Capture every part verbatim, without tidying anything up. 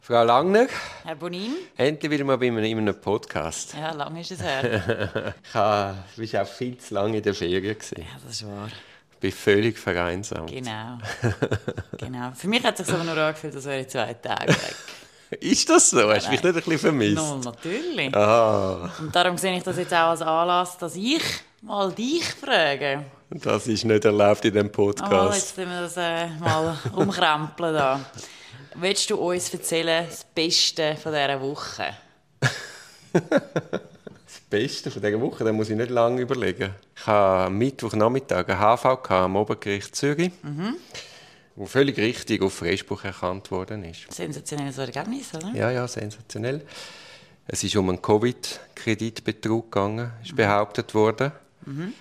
Frau Langner. Herr Bonin. Endlich wieder mal bei einem, in einem Podcast. Ja, lange ist es her. ich war auch viel zu lange in der Ferien. Ja, das ist wahr. Ich bin völlig vereinsamt. Genau. genau. Für mich hat es sich so nur angefühlt, als wäre ich zwei Tage weg. Ist das so? Hast du mich nicht ein bisschen vermisst? No, natürlich. Ah. Und darum sehe ich das jetzt auch als Anlass, dass ich mal dich frage. Das ist nicht erlaubt in diesem Podcast. Oh, jetzt müssen wir das äh, mal umkrempeln. Da. Willst du uns erzählen, das Beste von dieser Woche? Das Beste von dieser Woche, da muss ich nicht lange überlegen. Ich hatte am Mittwochnachmittag eine H V am Obergericht Zürich, mhm. wo völlig richtig auf Freispruch erkannt worden ist. Sensationelles Ergebnis, oder? Ja, ja, sensationell. Es ist um einen Covid-Kreditbetrug gegangen, ist mhm. behauptet worden. Mhm.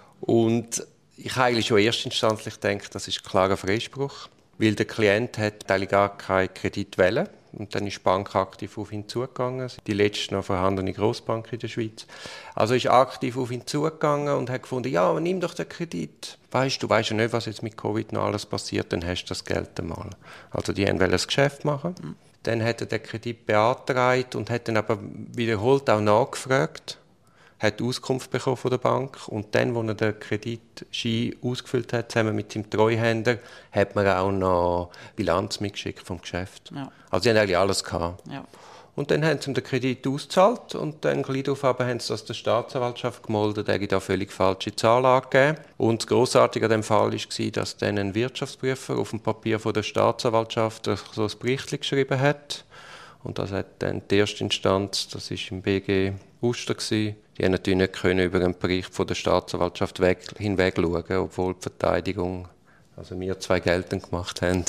Und ich habe eigentlich schon erstinstanzlich gedacht, das ist klarer Freispruch. Weil der Klient hat eigentlich gar keinen Kredit wählen. Und dann ist die Bank aktiv auf ihn zugegangen. Die letzte noch vorhandene Grossbank in der Schweiz. Also ist aktiv auf ihn zugegangen und hat gefunden, ja, aber nimm doch den Kredit. Weißt du, weißt ja nicht, was jetzt mit Covid noch alles passiert, dann hast du das Geld einmal. Also die wollten ein Geschäft machen. Mhm. Dann hat er den Kredit beantragt und hat dann aber wiederholt auch nachgefragt. Hat Auskunft bekommen von der Bank und dann, als er den Kreditschein ausgefüllt hat, zusammen mit dem Treuhänder, hat man auch noch Bilanz mitgeschickt vom Geschäft. Ja. Also sie haben eigentlich alles gehabt. Ja. Und dann haben sie ihm den Kredit ausgezahlt und dann gleich darauf haben sie das der Staatsanwaltschaft gemeldet, der da völlig falsche Zahlen angegeben. Und das Grossartige an dem Fall war, dass dann ein Wirtschaftsprüfer auf dem Papier von der Staatsanwaltschaft so ein Bericht geschrieben hat. Und das hat dann die erste Instanz, das war im B G Uster, die haben natürlich nicht können über einen Bericht von der Staatsanwaltschaft weg, hinweg schauen, obwohl die Verteidigung, also wir zwei geltend gemacht haben,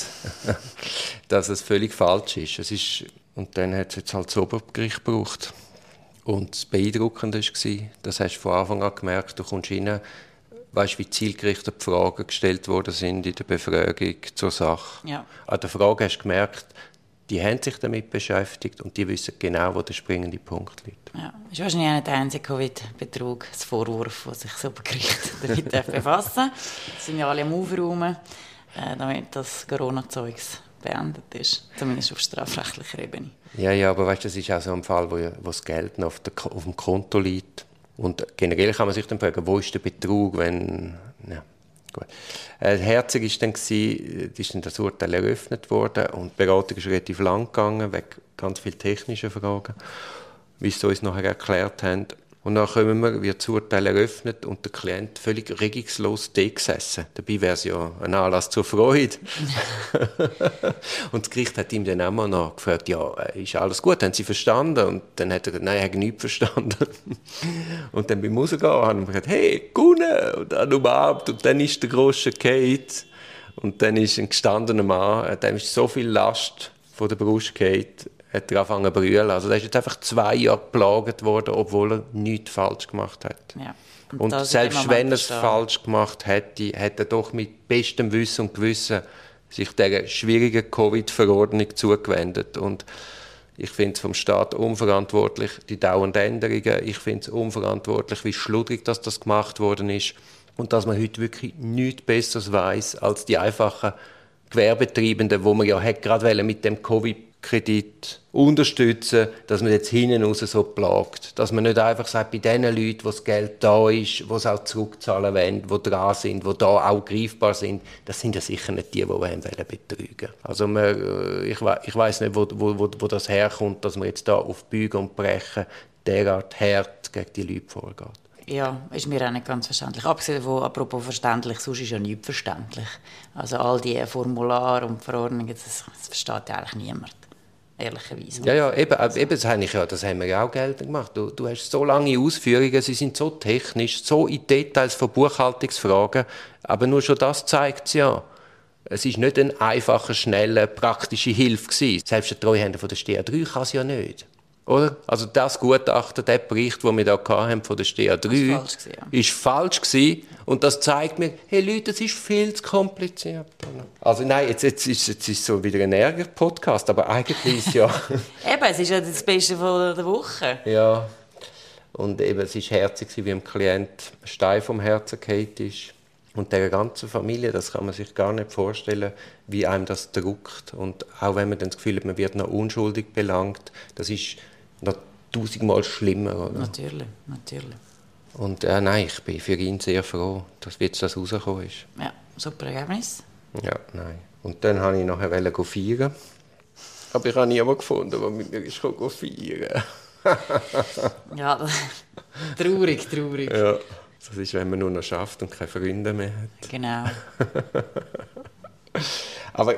dass es völlig falsch ist. Es ist und dann hat es jetzt halt das Obergericht gebraucht. Und das Beeindruckende war, das hast du von Anfang an gemerkt, du kommst rein, weißt, wie zielgerichtet die Fragen gestellt worden sind in der Befragung zur Sache. Ja. An der Frage hast du gemerkt, die haben sich damit beschäftigt und die wissen genau, wo der springende Punkt liegt. Ja, das ist wahrscheinlich auch nicht der einzige Covid-Betrug, das Vorwurf, das sich das Obergericht damit befassen darf. Das sind ja alle am Aufräumen, äh, damit das Corona-Zeugs beendet ist. Zumindest auf strafrechtlicher Ebene. Ja, ja, aber weißt, das ist auch so ein Fall, wo, wo das Geld noch auf, der, auf dem Konto liegt. Und generell kann man sich dann fragen, wo ist der Betrug, wenn... Ja. Gut. Äh, herzig war dann, ist dann das Urteil eröffnet worden und die Beratung ist relativ lang gegangen, wegen ganz vielen technischen Fragen, wie sie uns nachher erklärt haben. Und dann kommen wir, wird das Urteil eröffnet und der Klient völlig regungslos da gesessen. Dabei wäre es ja ein Anlass zur Freude. Und das Gericht hat ihm dann auch mal noch gefragt, ja, ist alles gut, haben Sie verstanden? Und dann hat er gesagt, nein, ich habe nichts verstanden. Und dann beim Rausgehen haben wir gesagt, hey, gewonnen! Und dann umarmt und dann ist der Grosse Kate. Und dann ist ein gestandener Mann, dem ist so viel Last von der Brust Kate, hat er angefangen zu brüllen. Also der ist jetzt einfach zwei Jahre geplagt worden, obwohl er nichts falsch gemacht hat. Ja. Und, und selbst wenn er es falsch gemacht hätte, hat er doch mit bestem Wissen und Gewissen sich dieser schwierigen Covid-Verordnung zugewendet. Und ich finde es vom Staat unverantwortlich, die dauernden Änderungen. Ich finde es unverantwortlich, wie schludrig das, das gemacht worden ist. Und dass man heute wirklich nichts Besseres weiss als die einfachen Gewerbetreibenden, die man ja hat, gerade mit dem Covid-Kredit unterstützen, dass man jetzt hinten raus so plagt. Dass man nicht einfach sagt, bei den Leuten, wo das Geld da ist, die es auch zurückzahlen wollen, die dran sind, die da auch greifbar sind, das sind ja sicher nicht die, die wollen betrügen. Also man, ich, ich weiss nicht, wo, wo, wo das herkommt, dass man jetzt da auf Bügen und Brechen derart hart gegen die Leute vorgeht. Ja, ist mir auch nicht ganz verständlich. Abgesehen davon, apropos verständlich, sonst ist ja nichts verständlich. Also all diese Formulare und Verordnungen, das, das versteht ja eigentlich niemand. Ehrlicherweise. Ja, ja, eben, eben das, habe ich ja, das haben wir ja auch geltend gemacht. Du, du hast so lange Ausführungen, sie sind so technisch, so in Details von Buchhaltungsfragen, aber nur schon das zeigt es ja. Es war nicht eine einfache, schnelle, praktische Hilfe gewesen. Selbst der Treuhänder von der S T A drei kann es ja nicht. Oder? Also das Gutachten, der Bericht, den wir hier hatten von der S T A drei, war falsch, ja. falsch gewesen. Und das zeigt mir, hey Leute, das ist viel zu kompliziert. Also nein, jetzt, jetzt ist es jetzt ist so wieder ein Ärger-Podcast, aber eigentlich ist ja... Eben, es ist ja das Beste von der Woche. Ja, und eben, es war herzig, wie dem Klient ein Stein vom Herzen gefallen ist. Und der ganzen Familie, das kann man sich gar nicht vorstellen, wie einem das drückt. Und auch wenn man dann das Gefühl hat, man wird noch unschuldig belangt, das ist noch tausendmal schlimmer. Oder? Natürlich, natürlich. Und äh, nein, ich bin für ihn sehr froh, dass jetzt das rausgekommen ist. Ja, super Ergebnis. Ja, nein. Und dann wollte ich nachher feiern. Aber ich habe niemanden gefunden, der mit mir ist feiern. Ja, traurig, traurig. Ja. Das ist, wenn man nur noch schafft und keine Freunde mehr hat. Genau. Aber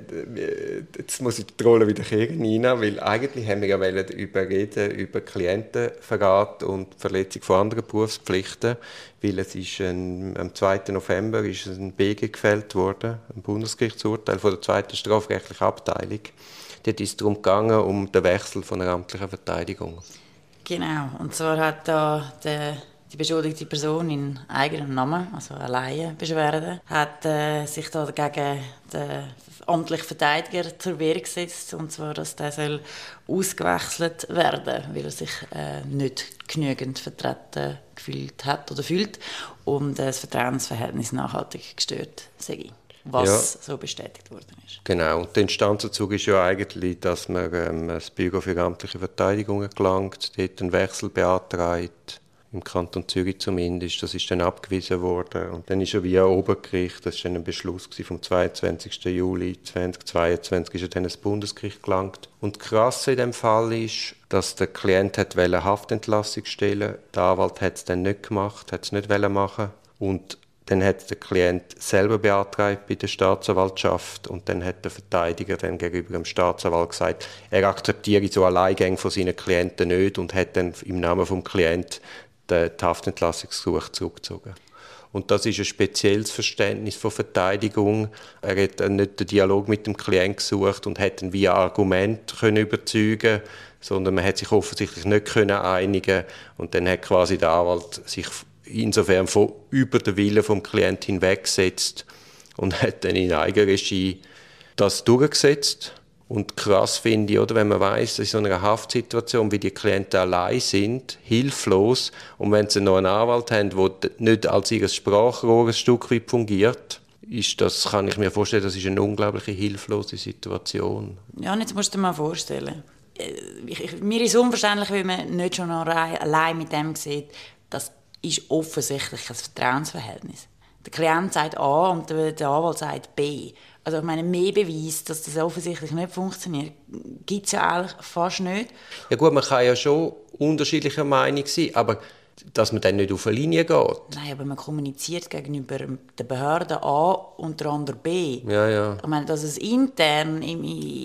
jetzt muss ich die Rolle wieder kehren, Nina, weil eigentlich haben wir ja über reden, über Klientenverrat und Verletzung von anderen Berufspflichten, weil es ist ein, am zweiten November ist ein B G gefällt worden, ein Bundesgerichtsurteil von der zweiten strafrechtlichen Abteilung. Dort ist es darum gegangen, um den Wechsel von einer amtlichen Verteidigung. Genau, und zwar hat da der Die beschuldigte Person in eigenem Namen, also eine Laienbeschwerde, hat äh, sich da gegen den amtlichen Verteidiger zur Wehr gesetzt, und zwar, dass der soll ausgewechselt werden, weil er sich äh, nicht genügend vertreten gefühlt hat oder fühlt und äh, das Vertrauensverhältnis nachhaltig gestört sei, was ja so bestätigt worden ist. Genau, und der Instanzenzug ist ja eigentlich, dass man ähm, das Büro für amtliche Verteidigung gelangt, dort einen Wechsel beantragt, im Kanton Zürich zumindest. Das ist dann abgewiesen worden. Und dann ist er via Obergericht, das war dann ein Beschluss vom zweiundzwanzigsten Juli zweitausendzweiundzwanzig, ist er dann ins Bundesgericht gelangt. Und krass in dem Fall ist, dass der Klient eine Haftentlassung stellen wollte. Der Anwalt hat es dann nicht gemacht, hat es nicht machen. Und dann hat der Klient selber beantragt bei der Staatsanwaltschaft und dann hat der Verteidiger dann gegenüber dem Staatsanwalt gesagt, er akzeptiere so Alleingänge von seinen Klienten nicht und hat dann im Namen des Klienten die Haftentlassungsgesuch zurückgezogen. Und das ist ein spezielles Verständnis von Verteidigung. Er hat nicht den Dialog mit dem Klienten gesucht und hat ihn via Argument können überzeugen, sondern man hat sich offensichtlich nicht können einigen und dann hat quasi der Anwalt sich insofern von über den Willen vom Klienten hinweggesetzt und hat dann in Eigenregie das durchgesetzt. Und krass finde ich, oder, wenn man weiss, in so einer Haftsituation, wie die Klienten allein sind, hilflos, und wenn sie noch einen Anwalt haben, der nicht als ihr Sprachrohr ein Stück weit fungiert, ist das, kann ich mir vorstellen, das ist eine unglaubliche hilflose Situation. Ja, und jetzt musst du dir mal vorstellen, ich, ich, mir ist unverständlich, weil man nicht schon allein mit dem sieht, das ist offensichtlich ein Vertrauensverhältnis. Der Klient sagt A und der, der Anwalt sagt B. Also ich meine, mehr Beweis, dass das offensichtlich nicht funktioniert, gibt es ja eigentlich fast nicht. Ja gut, man kann ja schon unterschiedlicher Meinung sein, aber dass man dann nicht auf eine Linie geht. Nein, aber man kommuniziert gegenüber der Behörde A und der andere B. Ja, ja. Ich meine, dass es intern in,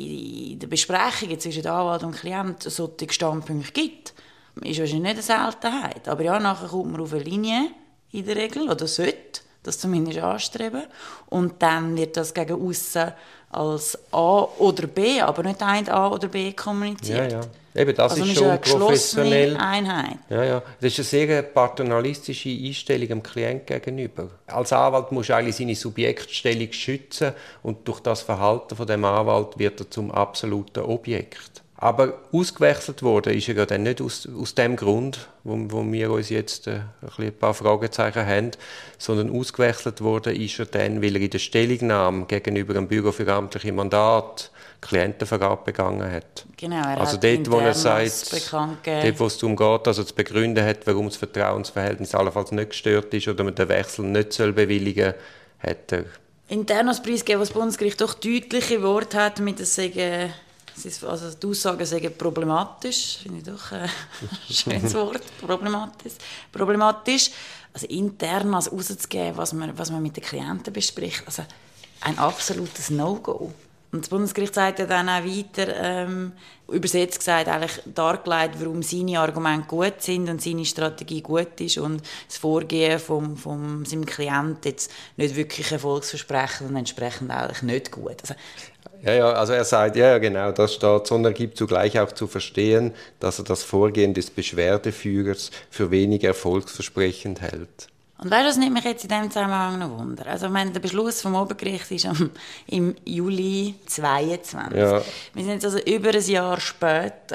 in den Besprechungen zwischen Anwalt und Klient solche Standpunkte gibt, ist wahrscheinlich nicht eine Seltenheit. Aber ja, nachher kommt man auf eine Linie in der Regel, oder sollte das zumindest anstreben. Und dann wird das gegen aussen als A oder B, aber nicht ein A oder B kommuniziert. Ja, ja. Eben, das also ist schon eine professionell. Einheit. Ja, ja. Das ist eine sehr paternalistische Einstellung dem Klienten gegenüber. Als Anwalt muss er eigentlich seine Subjektstellung schützen und durch das Verhalten von dem Anwalt wird er zum absoluten Objekt. Aber ausgewechselt worden ist er ja dann nicht aus, aus dem Grund, wo, wo wir uns jetzt äh, ein, ein paar Fragezeichen haben, sondern ausgewechselt worden ist er dann, weil er in der Stellungnahme gegenüber dem Büro für amtliche Mandate Klientenverrat begangen hat. Genau, er also hat dort, wo er sagt, dort, wo es darum geht, also zu begründen hat, warum das Vertrauensverhältnis allenfalls nicht gestört ist oder man den Wechsel nicht soll bewilligen soll, hat er internes preisgeben, was das Bundesgericht doch deutliche Worte hat, mit das sagen, also die Aussagen sagen problematisch, finde ich doch ein schönes Wort, problematisch. problematisch. Also intern also rauszugeben, was man, was man mit den Klienten bespricht, also ein absolutes No-Go. Und das Bundesgericht sagt ja dann auch weiter, ähm, übersetzt gesagt, eigentlich dargelegt, warum seine Argumente gut sind und seine Strategie gut ist und das Vorgehen von vom seinem Klienten jetzt nicht wirklich erfolgsversprechend und entsprechend eigentlich nicht gut. Also, ja, ja, also er sagt, ja, genau, das steht, sondern er gibt zugleich auch zu verstehen, dass er das Vorgehen des Beschwerdeführers für wenig erfolgsversprechend hält. Und weißt du, das nimmt mich jetzt in diesem Zusammenhang noch Wunder. Also, ich meine, der Beschluss vom Obergericht ist am, im Juli zweiundzwanzig. Ja. Wir sind jetzt also über ein Jahr später.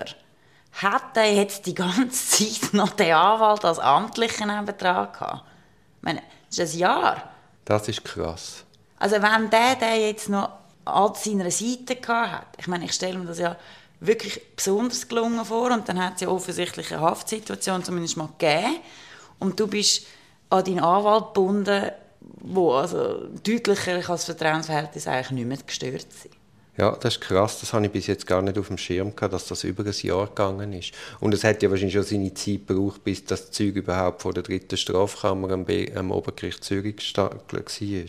Hat er jetzt die ganze Zeit noch den Anwalt als amtlichen Betrag gehabt? Ich meine, das ist ein Jahr. Das ist krass. Also wenn der, der jetzt noch an seiner Seite gehabt hat, ich meine, ich stelle mir das ja wirklich besonders gelungen vor und dann hat es ja offensichtlich eine Haftsituation zumindest mal gegeben und du bist an deinen Anwalt gebunden, wo also deutlicher als das Vertrauensverhältnis eigentlich nicht mehr gestört sein. Ja, das ist krass. Das habe ich bis jetzt gar nicht auf dem Schirm gehabt, dass das über ein Jahr gegangen ist. Und es hat ja wahrscheinlich schon seine Zeit gebraucht, bis das Zeug überhaupt vor der dritten Strafkammer am, B- am Obergericht Zürich gesta- war.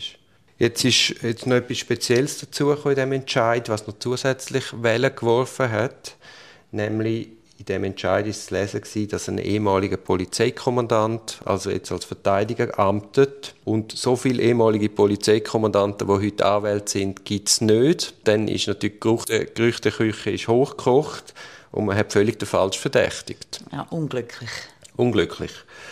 Jetzt ist jetzt noch etwas Spezielles dazugekommen in diesem Entscheid, was noch zusätzlich Wellen geworfen hat. Nämlich in diesem Entscheid war zu lesen, dass ein ehemaliger Polizeikommandant, also jetzt als Verteidiger, amtet. Und so viele ehemalige Polizeikommandanten, die heute Anwälte sind, gibt es nicht. Dann ist natürlich die Gerüchte- äh, Gerüchteküche ist hochgekocht und man hat völlig den falsch verdächtigt. Ja, unglücklich. Unglücklich.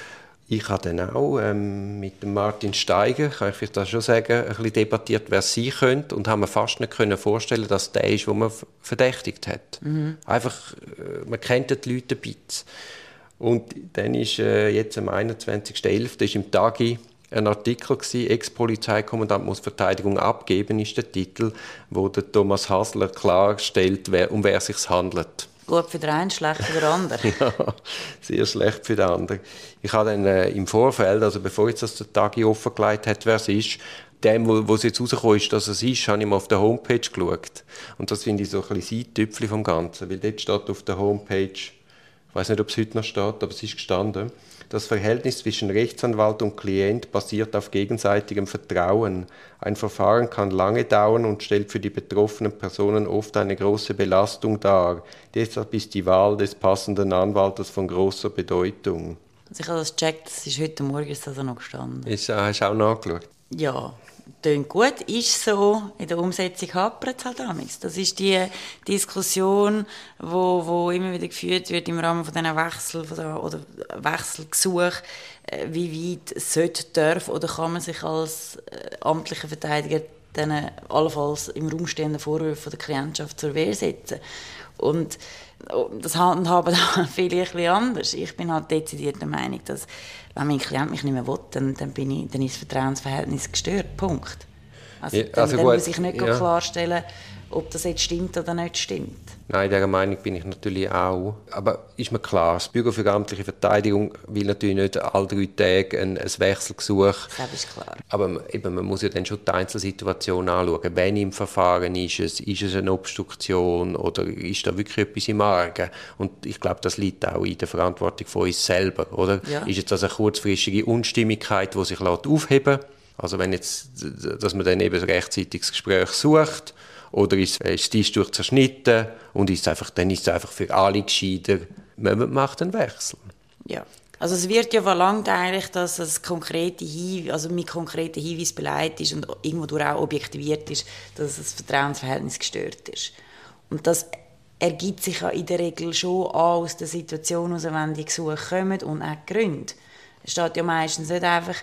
Ich habe dann auch ähm, mit dem Martin Steiger, kann ich vielleicht das schon sagen, ein bisschen debattiert, wer es sein könnte und haben mir fast nicht können vorstellen, dass der ist, den man verdächtigt hat. Mhm. Einfach, äh, man kennt die Leute ein bisschen. Und dann ist äh, jetzt am einundzwanzigsten elften ist im Tagi ein Artikel gewesen, Ex-Polizeikommandant muss Verteidigung abgeben, ist der Titel, wo der Thomas Hasler klarstellt, wer, um wer es sich handelt. Gut für den einen, schlecht für den anderen. Ja, sehr schlecht für den anderen. Ich habe dann äh, im Vorfeld, also bevor jetzt das der Tagi offengelegt hat, wer es ist, dem, wo, wo es jetzt rausgekommen ist, dass es ist, habe ich mal auf der Homepage geschaut. Und das finde ich so ein bisschen Seitüpfchen vom Ganzen, weil dort steht auf der Homepage, ich weiß nicht, ob es heute noch steht, aber es ist gestanden, das Verhältnis zwischen Rechtsanwalt und Klient basiert auf gegenseitigem Vertrauen. Ein Verfahren kann lange dauern und stellt für die betroffenen Personen oft eine große Belastung dar. Deshalb ist die Wahl des passenden Anwaltes von großer Bedeutung. Also ich habe das gecheckt, das ist heute Morgen ist das auch noch gestanden. Ist, äh, hast du auch nachgeschaut? Ja, klingt gut, ist so, in der Umsetzung hapert es halt amigs. Das ist die Diskussion, wo, wo immer wieder geführt wird im Rahmen von diesen Wechsel von der, oder Wechselgesuch, wie weit sollte, darf oder kann man sich als äh, amtlicher Verteidiger diesen allenfalls im Raum stehenden Vorwürfen der Klientschaft zur Wehr setzen. Und das handhaben viele ein bisschen anders. Ich bin halt dezidiert der Meinung, dass wenn mein Klient mich nicht mehr will, dann, dann, bin ich, dann ist das Vertrauensverhältnis gestört. Punkt. Also, ja, dann, also dann gut, muss ich nicht ja. klarstellen, ob das jetzt stimmt oder nicht stimmt. Nein, dieser Meinung bin ich natürlich auch. Aber ist mir klar, das Büro für amtliche Verteidigung will natürlich nicht alle drei Tage ein, ein Wechselgesuch. Das ist klar. Aber eben, man muss ja dann schon die Einzelsituation anschauen. Wenn im Verfahren ist es, ist es eine Obstruktion oder ist da wirklich etwas im Argen? Und ich glaube, das liegt auch in der Verantwortung von uns selber, oder? Ja. Ist jetzt das eine kurzfristige Unstimmigkeit, die sich aufheben lässt? Also wenn jetzt, dass man dann eben rechtzeitig das Gespräch sucht, oder ist, ist die Tisch zerschnitten und ist einfach, dann ist es einfach für alle gescheiter, man macht einen Wechsel. Ja. Also es wird ja verlangt eigentlich, dass es konkrete Hinweise, also mit konkreten Hinweisen beleidigt ist und irgendwo durch auch objektiviert ist, dass das Vertrauensverhältnis gestört ist. Und das ergibt sich ja in der Regel schon aus der Situation heraus, wenn die Gesuche kommen und auch die Gründe. Es steht ja meistens nicht einfach,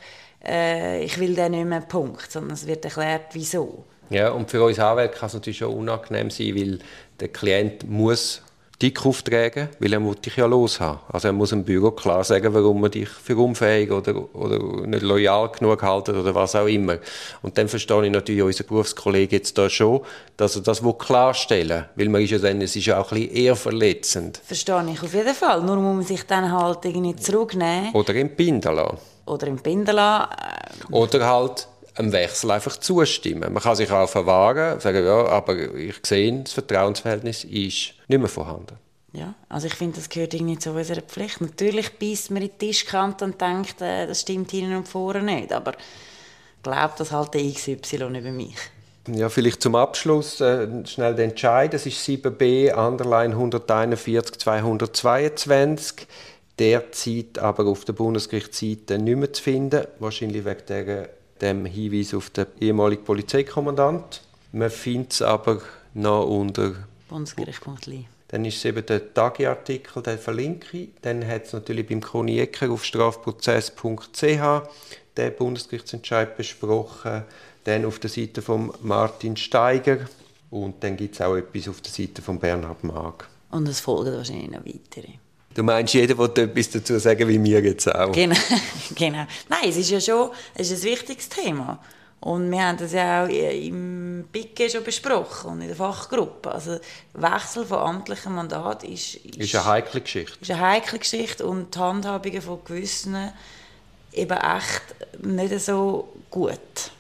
äh, ich will den nicht mehr, Punkt, sondern es wird erklärt, wieso. Ja, und für uns Anwälte kann es natürlich schon unangenehm sein, weil der Klient muss dick auftragen, weil er muss dich ja loshaben. Also er muss im Büro klar sagen, warum man dich für unfähig oder, oder nicht loyal genug halten oder was auch immer. Und dann verstehe ich natürlich unseren Berufskollegen jetzt da schon, dass er das klarstellen will, weil man ist ja dann, es ist ja auch ein bisschen eher verletzend. Verstehe ich auf jeden Fall, nur muss man sich dann halt irgendwie zurücknehmen. Oder entbinden lassen. Oder entbinden lassen. Oder halt einem Wechsel einfach zustimmen. Man kann sich auch verwahren, sagen, ja, aber ich sehe, das Vertrauensverhältnis ist nicht mehr vorhanden. Ja, also ich finde, das gehört irgendwie zu unserer Pflicht. Natürlich beißt man in die Tischkante und denkt, äh, das stimmt hinten und vorne nicht, aber ich glaube, das halt der X Y über mich. Ja, vielleicht zum Abschluss äh, schnell den Entscheid. Das ist sieben b, Underline hunderteinundvierzig zweihundertzweiundzwanzig. Derzeit aber auf der Bundesgerichtsseite nicht mehr zu finden, wahrscheinlich wegen der dem Hinweis auf den ehemaligen Polizeikommandant. Man findet es aber noch unter Bundesgericht punkt l i. Dann ist es eben der Tagi-Artikel, den verlinke ich. Dann hat es natürlich beim Conny Ecker auf strafprozess punkt c h den Bundesgerichtsentscheid besprochen. Dann auf der Seite von Martin Steiger. Und dann gibt es auch etwas auf der Seite von Bernhard Maag. Und es folgen wahrscheinlich noch weitere. Du meinst, jeder will etwas dazu sagen, wie wir jetzt auch. Genau, genau. Nein, es ist ja schon es ist ein wichtiges Thema. Und wir haben das ja auch im B I G schon besprochen und in der Fachgruppe. Also Wechsel von amtlichem Mandat ist, ist, ist eine heikle Geschichte. Ist eine heikle Geschichte und die Handhabungen von gewissen eben echt nicht so gut.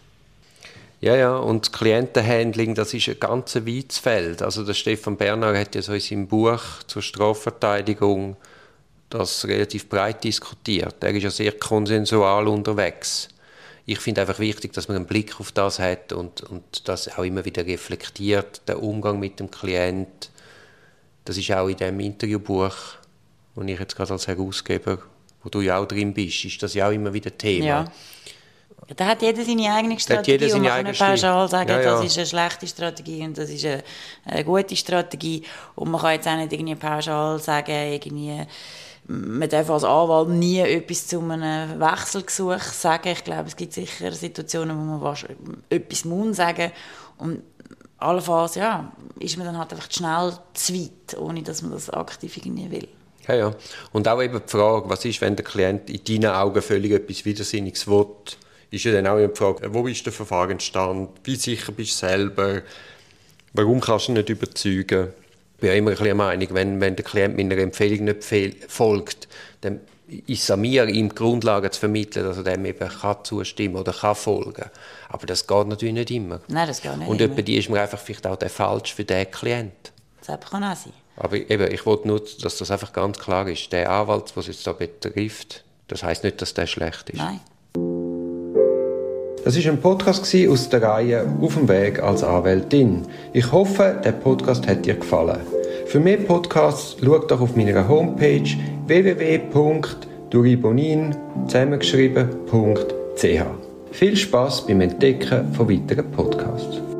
Ja, ja, und das Klientenhandling, das ist ein ganz weites Feld. Also der Stefan Bernhard hat ja so in seinem Buch zur Strafverteidigung das relativ breit diskutiert. Er ist ja sehr konsensual unterwegs. Ich finde einfach wichtig, dass man einen Blick auf das hat und, und das auch immer wieder reflektiert, der Umgang mit dem Klient. Das ist auch in dem Interviewbuch, das ich jetzt gerade als Herausgeber, wo du ja auch drin bist, ist das ja auch immer wieder Thema. Ja. Da hat jeder seine eigene Strategie seine und man kann nicht pauschal sagen, ja, ja. das ist eine schlechte Strategie und das ist eine, eine gute Strategie. Und man kann jetzt auch nicht irgendwie pauschal sagen, irgendwie, man darf als Anwalt nie etwas zu einem Wechselgesuch sagen. Ich glaube, es gibt sicher Situationen, wo man was, etwas muss sagen und allenfalls ja, ist man dann halt einfach schnell zu weit, ohne dass man das aktiv irgendwie will. Ja, ja. Und auch eben die Frage, was ist, wenn der Klient in deinen Augen völlig etwas Widersinniges will, ist ja dann auch die Frage, wo ist der Verfahrensstand, wie sicher bist du selber, warum kannst du nicht überzeugen? Ich bin ja immer ein bisschen der Meinung, wenn, wenn der Klient meiner Empfehlung nicht fehl, folgt, dann ist es an mir, ihm die Grundlagen zu vermitteln, dass er dem eben kann zustimmen oder kann folgen. Aber das geht natürlich nicht immer. Nein, das geht nicht Und immer. etwa die ist mir einfach vielleicht auch der falsch für den Klient. Das kann auch sein. Aber eben, ich wollte nur, dass das einfach ganz klar ist. Der Anwalt, was es jetzt da betrifft, das heisst nicht, dass der schlecht ist. Nein. Das war ein Podcast aus der Reihe «Auf dem Weg als Anwältin». Ich hoffe, der Podcast hat dir gefallen. Für mehr Podcasts schau doch auf meiner Homepage w w w punkt duribonin zusammengeschrieben punkt c h. Viel Spass beim Entdecken von weiteren Podcasts.